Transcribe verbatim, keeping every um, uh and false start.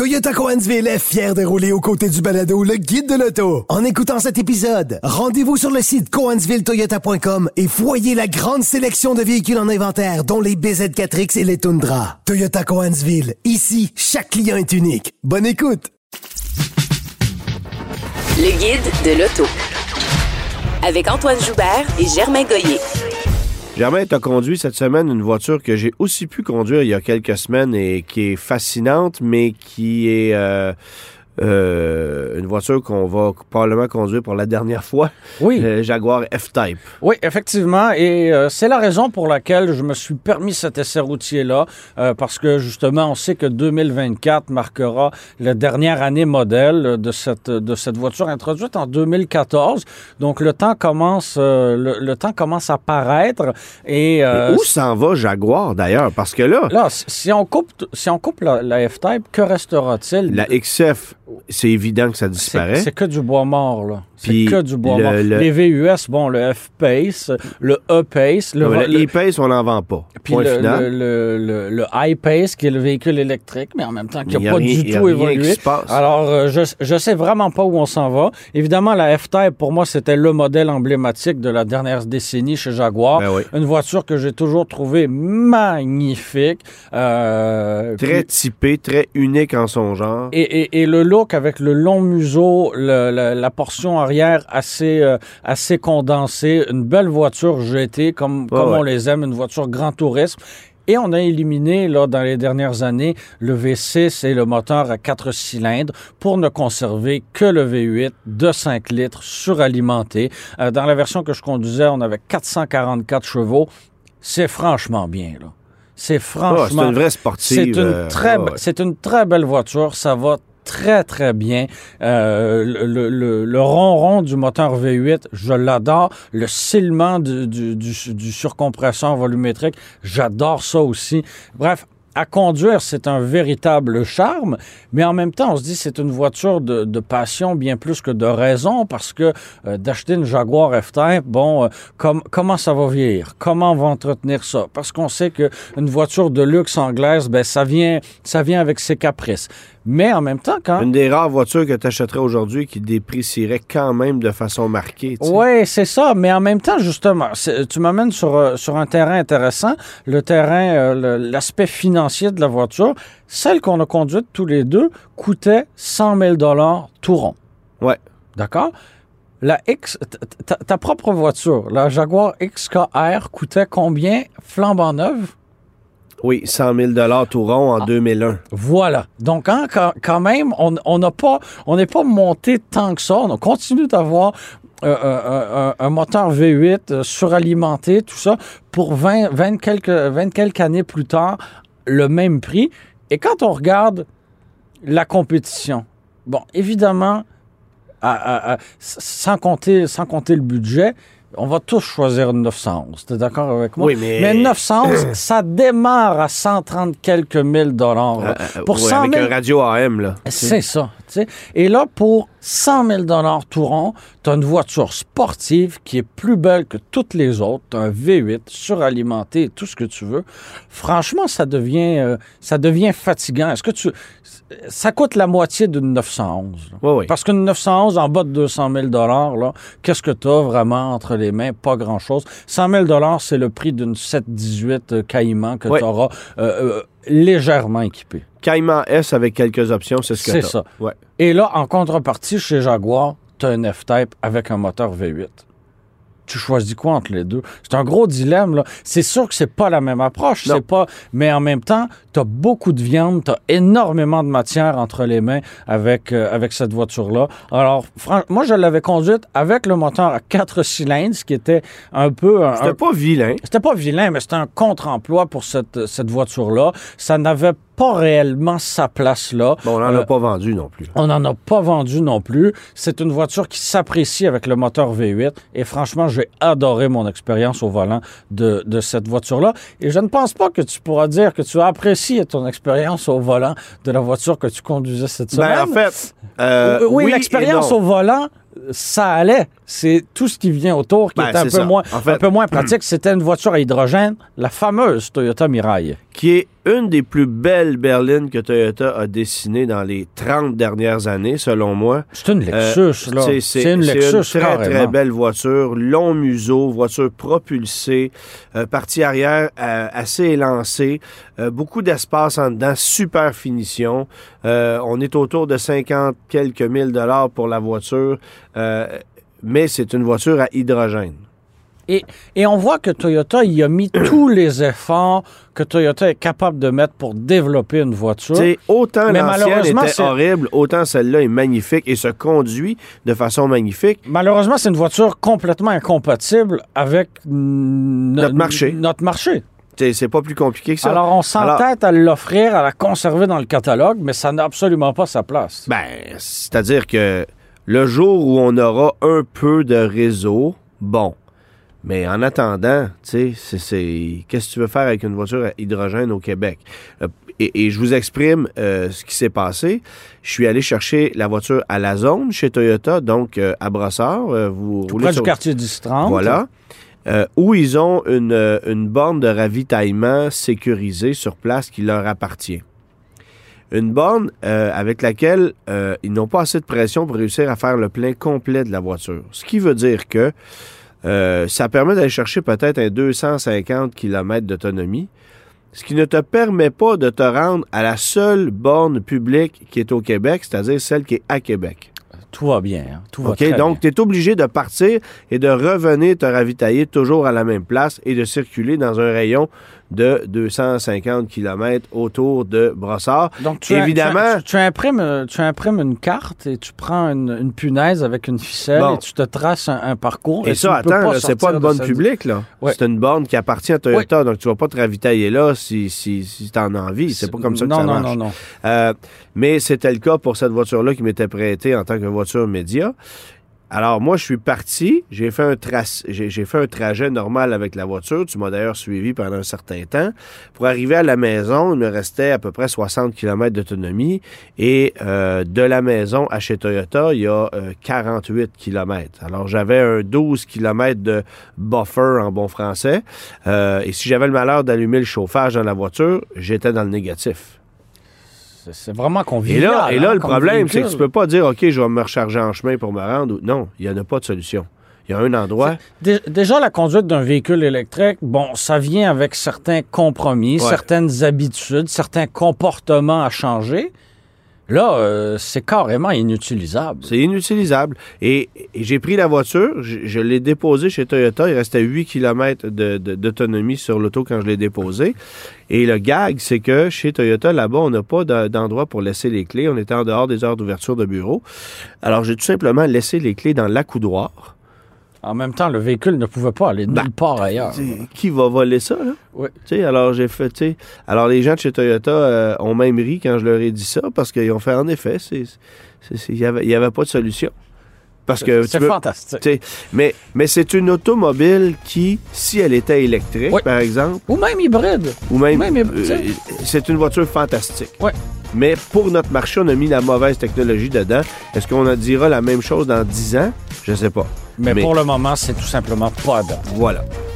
Toyota Cohensville est fier de rouler aux côtés du balado Le Guide de l'auto. En écoutant cet épisode, rendez-vous sur le site cohensville toyota point com et voyez la grande sélection de véhicules en inventaire, dont les B Z quatre X et les Tundra. Toyota Cohensville. Ici, chaque client est unique. Bonne écoute! Le Guide de l'auto. Avec Antoine Joubert et Germain Goyer. Germain, tu as conduit cette semaine une voiture que j'ai aussi pu conduire il y a quelques semaines et qui est fascinante, mais qui est euh, euh, une voiture qu'on va probablement conduire pour la dernière fois. Oui. Le Jaguar F-Type. Oui, effectivement. Et euh, c'est la raison pour laquelle je me suis permis cet essai routier-là, euh, parce que justement, on sait que deux mille vingt-quatre marquera la dernière année modèle de cette, de cette voiture introduite en deux mille quatorze. Donc, le temps commence, euh, le, le temps commence à paraître. Et, euh, où s'en va Jaguar, d'ailleurs? Parce que là... Là, si on coupe, si on coupe la, la F-Type, que restera-t-il? La X F, c'est évident que ça disparaît. C'est, c'est que du bois mort, là. C'est Puis que du bois le, mort. Le... Les V U S, bon, le F-Pace, le E-Pace. Le, non, le, le E-Pace, on n'en vend pas. Puis Point le, final. Le, le, le, le I-Pace, qui est le véhicule électrique, mais en même temps qui n'a pas rien, du tout évolué. Alors, euh, je je sais vraiment pas où on s'en va. Évidemment, la F-Type, pour moi, c'était le modèle emblématique de la dernière décennie chez Jaguar. Ben oui. Une voiture que j'ai toujours trouvée magnifique. Euh, très puis, typée, très unique en son genre. Et, et, et le look avec le long museau, le, la, la portion arrière assez, euh, assez condensée, une belle voiture G T comme, ouais, comme ouais. on les aime, une voiture grand tourisme. Et on a éliminé, là, dans les dernières années, le V six et le moteur à quatre cylindres pour ne conserver que le V huit de cinq litres suralimenté. Euh, dans la version que je conduisais, on avait quatre cent quarante-quatre chevaux. C'est franchement bien, là. C'est franchement... Oh, c'est une vraie sportive. C'est une, euh, très, oh, ouais. c'est une très belle voiture. Ça va très, très bien. Euh, le, le, le ronron du moteur V huit, je l'adore. Le silement du, du, du, du surcompresseur volumétrique, j'adore ça aussi. Bref, à conduire, c'est un véritable charme, mais en même temps, on se dit c'est une voiture de, de passion bien plus que de raison, parce que euh, d'acheter une Jaguar F-Type, bon, euh, com- comment ça va vieillir? Comment on va entretenir ça? Parce qu'on sait qu'une voiture de luxe anglaise, ben ça vient, ça vient avec ses caprices. Mais en même temps, quand... Une des rares voitures que tu achèterais aujourd'hui qui déprécierait quand même de façon marquée. Oui, c'est ça. Mais en même temps, justement, tu m'amènes sur, euh, sur un terrain intéressant, le terrain, euh, le, l'aspect financier de la voiture. Celle qu'on a conduite tous les deux coûtait cent mille dollars tout rond. Ouais. D'accord? La X, ta, ta propre voiture, la Jaguar X K R coûtait combien flambant neuve? Oui, cent mille dollars tout rond en ah. deux mille un. Voilà. Donc, hein, quand, quand même, on n'a pas, on n'est pas monté tant que ça. On continue d'avoir euh, euh, un, un moteur V huit euh, suralimenté, tout ça, pour vingt, vingt, quelques, vingt quelques années plus tard, le même prix. Et quand on regarde la compétition, bon, évidemment, à, à, à, sans compter, sans compter le budget, on va tous choisir une neuf cent onze. T'es d'accord avec moi? Oui, mais... Mais une neuf cent onze, ça démarre à cent trente quelques mille dollars. Euh, pour ouais, cent mille... Avec un radio A M, là. C'est ça. T'sais. Et là, pour cent mille dollars tout rond, t'as une voiture sportive qui est plus belle que toutes les autres. T'as un V huit suralimenté, tout ce que tu veux. Franchement, ça devient, euh, ça devient fatigant. Est-ce que tu... Ça coûte la moitié d'une neuf cent onze. Oui, oui. Parce qu'une neuf cent onze, en bas de deux cent mille dollars, là, qu'est-ce que t'as vraiment entre les mains? Pas grand-chose. cent mille dollars, c'est le prix d'une sept dix-huit Cayman que oui. tu auras euh, euh, légèrement équipée. Cayman S avec quelques options, c'est ce que c'est t'as. ça. Ouais. Et là, en contrepartie, chez Jaguar, tu as un F-Type avec un moteur V huit. Tu choisis quoi entre les deux? C'est un gros dilemme, là. C'est sûr que c'est pas la même approche, non. c'est pas... Mais en même temps, tu as beaucoup de viande, tu as énormément de matière entre les mains avec, euh, avec cette voiture-là. Alors, franchement, moi, je l'avais conduite avec le moteur à quatre cylindres, ce qui était un peu... Un, c'était un... pas vilain. C'était pas vilain, mais c'était un contre-emploi pour cette, cette voiture-là. Ça n'avait pas réellement sa place là. Bon, on n'en euh, a pas vendu non plus. On n'en a pas vendu non plus. C'est une voiture qui s'apprécie avec le moteur V huit. Et franchement, j'ai adoré mon expérience au volant de, de cette voiture-là. Et je ne pense pas que tu pourras dire que tu as apprécié ton expérience au volant de la voiture que tu conduisais cette semaine. Ben, en fait... Euh, oui, oui, l'expérience au volant... Ça allait. C'est tout ce qui vient autour qui ben, est un peu, ça. moins, en fait, un peu moins pratique. C'était une voiture à hydrogène, la fameuse Toyota Mirai. Qui est une des plus belles berlines que Toyota a dessinées dans les trente dernières années, selon moi. C'est une Lexus, euh, là. C'est, c'est, c'est une c'est Lexus, une très, carrément. très belle voiture. Long museau, voiture propulsée, euh, partie arrière euh, assez élancée, euh, beaucoup d'espace en dedans, super finition. Euh, on est autour de cinquante quelques mille dollars pour la voiture, euh, mais c'est une voiture à hydrogène. Et, et on voit que Toyota y a mis tous les efforts que Toyota est capable de mettre pour développer une voiture. T'sais, autant Mais l'ancienne malheureusement, était c'est- horrible, autant celle-là est magnifique et se conduit de façon magnifique. Malheureusement, c'est une voiture complètement incompatible avec n- Notre marché. Notre marché. T'sais, c'est pas plus compliqué que ça. Alors, on s'entête à l'offrir, à la conserver dans le catalogue, mais ça n'a absolument pas sa place. Ben, c'est-à-dire que le jour où on aura un peu de réseau, bon. Mais en attendant, tu sais, c'est, c'est... qu'est-ce que tu veux faire avec une voiture à hydrogène au Québec? Euh, Et, et je vous exprime euh, ce qui s'est passé. Je suis allé chercher la voiture à la zone chez Toyota, donc euh, à Brossard. Euh, vous Tout roulez près sur- du quartier dix trente. Voilà. Euh, où ils ont une, euh, une borne de ravitaillement sécurisée sur place qui leur appartient. Une borne euh, avec laquelle euh, ils n'ont pas assez de pression pour réussir à faire le plein complet de la voiture. Ce qui veut dire que euh, ça permet d'aller chercher peut-être un deux cent cinquante kilomètres d'autonomie, ce qui ne te permet pas de te rendre à la seule borne publique qui est au Québec, c'est-à-dire celle qui est à Québec. Tout va bien. Hein. Tout va OK? très Donc, tu es obligé de partir et de revenir te ravitailler toujours à la même place et de circuler dans un rayon de deux cent cinquante kilomètres autour de Brossard. Donc, tu, Évidemment- tu, tu, imprimes, tu imprimes une carte et tu prends une, une punaise avec une ficelle Bon. et tu te traces un, un parcours. Et, Et ça, tu ne peux attends, pas là, c'est pas sortir une de borne cette- publique, là. Ouais. C'est une borne qui appartient à Toyota, donc tu vas pas te ravitailler là si, si, si tu en as envie. C'est pas comme ça que non, ça non, marche. Non, non, Euh, mais c'était le cas pour cette voiture-là qui m'était prêtée en tant que voiture média. Alors, moi, je suis parti. J'ai fait un trac- j'ai, j'ai fait un trajet normal avec la voiture. Tu m'as d'ailleurs suivi pendant un certain temps. Pour arriver à la maison, il me restait à peu près soixante kilomètres d'autonomie. Et euh, de la maison à chez Toyota, il y a euh, quarante-huit kilomètres. Alors, j'avais un douze kilomètres de buffer en bon français. Euh, et si j'avais le malheur d'allumer le chauffage dans la voiture, j'étais dans le négatif. C'est, c'est vraiment Et convivial. là, et là hein, le comme problème, c'est que véhicule. tu peux pas dire, OK, je vais me recharger en chemin pour me rendre. Non, il n'y en a pas de solution. Il y a un endroit. Dé- Déjà, la conduite d'un véhicule électrique, bon, ça vient avec certains compromis, Ouais. certaines habitudes, certains comportements à changer. Là, euh, c'est carrément inutilisable. C'est inutilisable. Et, et j'ai pris la voiture, je, je l'ai déposée chez Toyota. Il restait huit kilomètres de, de, d'autonomie sur l'auto quand je l'ai déposée. Et le gag, c'est que chez Toyota, là-bas, on n'a pas de- d'endroit pour laisser les clés. On était en dehors des heures d'ouverture de bureau. Alors, j'ai tout simplement laissé les clés dans l'accoudoir. En même temps, le véhicule ne pouvait pas aller nulle Ben, part ailleurs. T'sais, qui va voler ça, là? Oui. Tu sais, alors j'ai fait, tu sais, alors les gens de chez Toyota euh, ont même ri quand je leur ai dit ça parce qu'ils ont fait en effet, c'est, c'est, c'est- il y avait, il y avait pas de solution. Parce que C'est tu veux- fantastique. tu sais, mais, mais c'est une automobile qui, si elle était électrique, Oui. par exemple, Ou même hybride. ou même, Même, euh, tu sais. c'est une voiture fantastique. Ouais. Mais pour notre marché, on a mis la mauvaise technologie dedans. Est-ce qu'on en dira la même chose dans dix ans? Je sais pas. Mais, Mais- pour le moment, c'est tout simplement pas adapté. Voilà.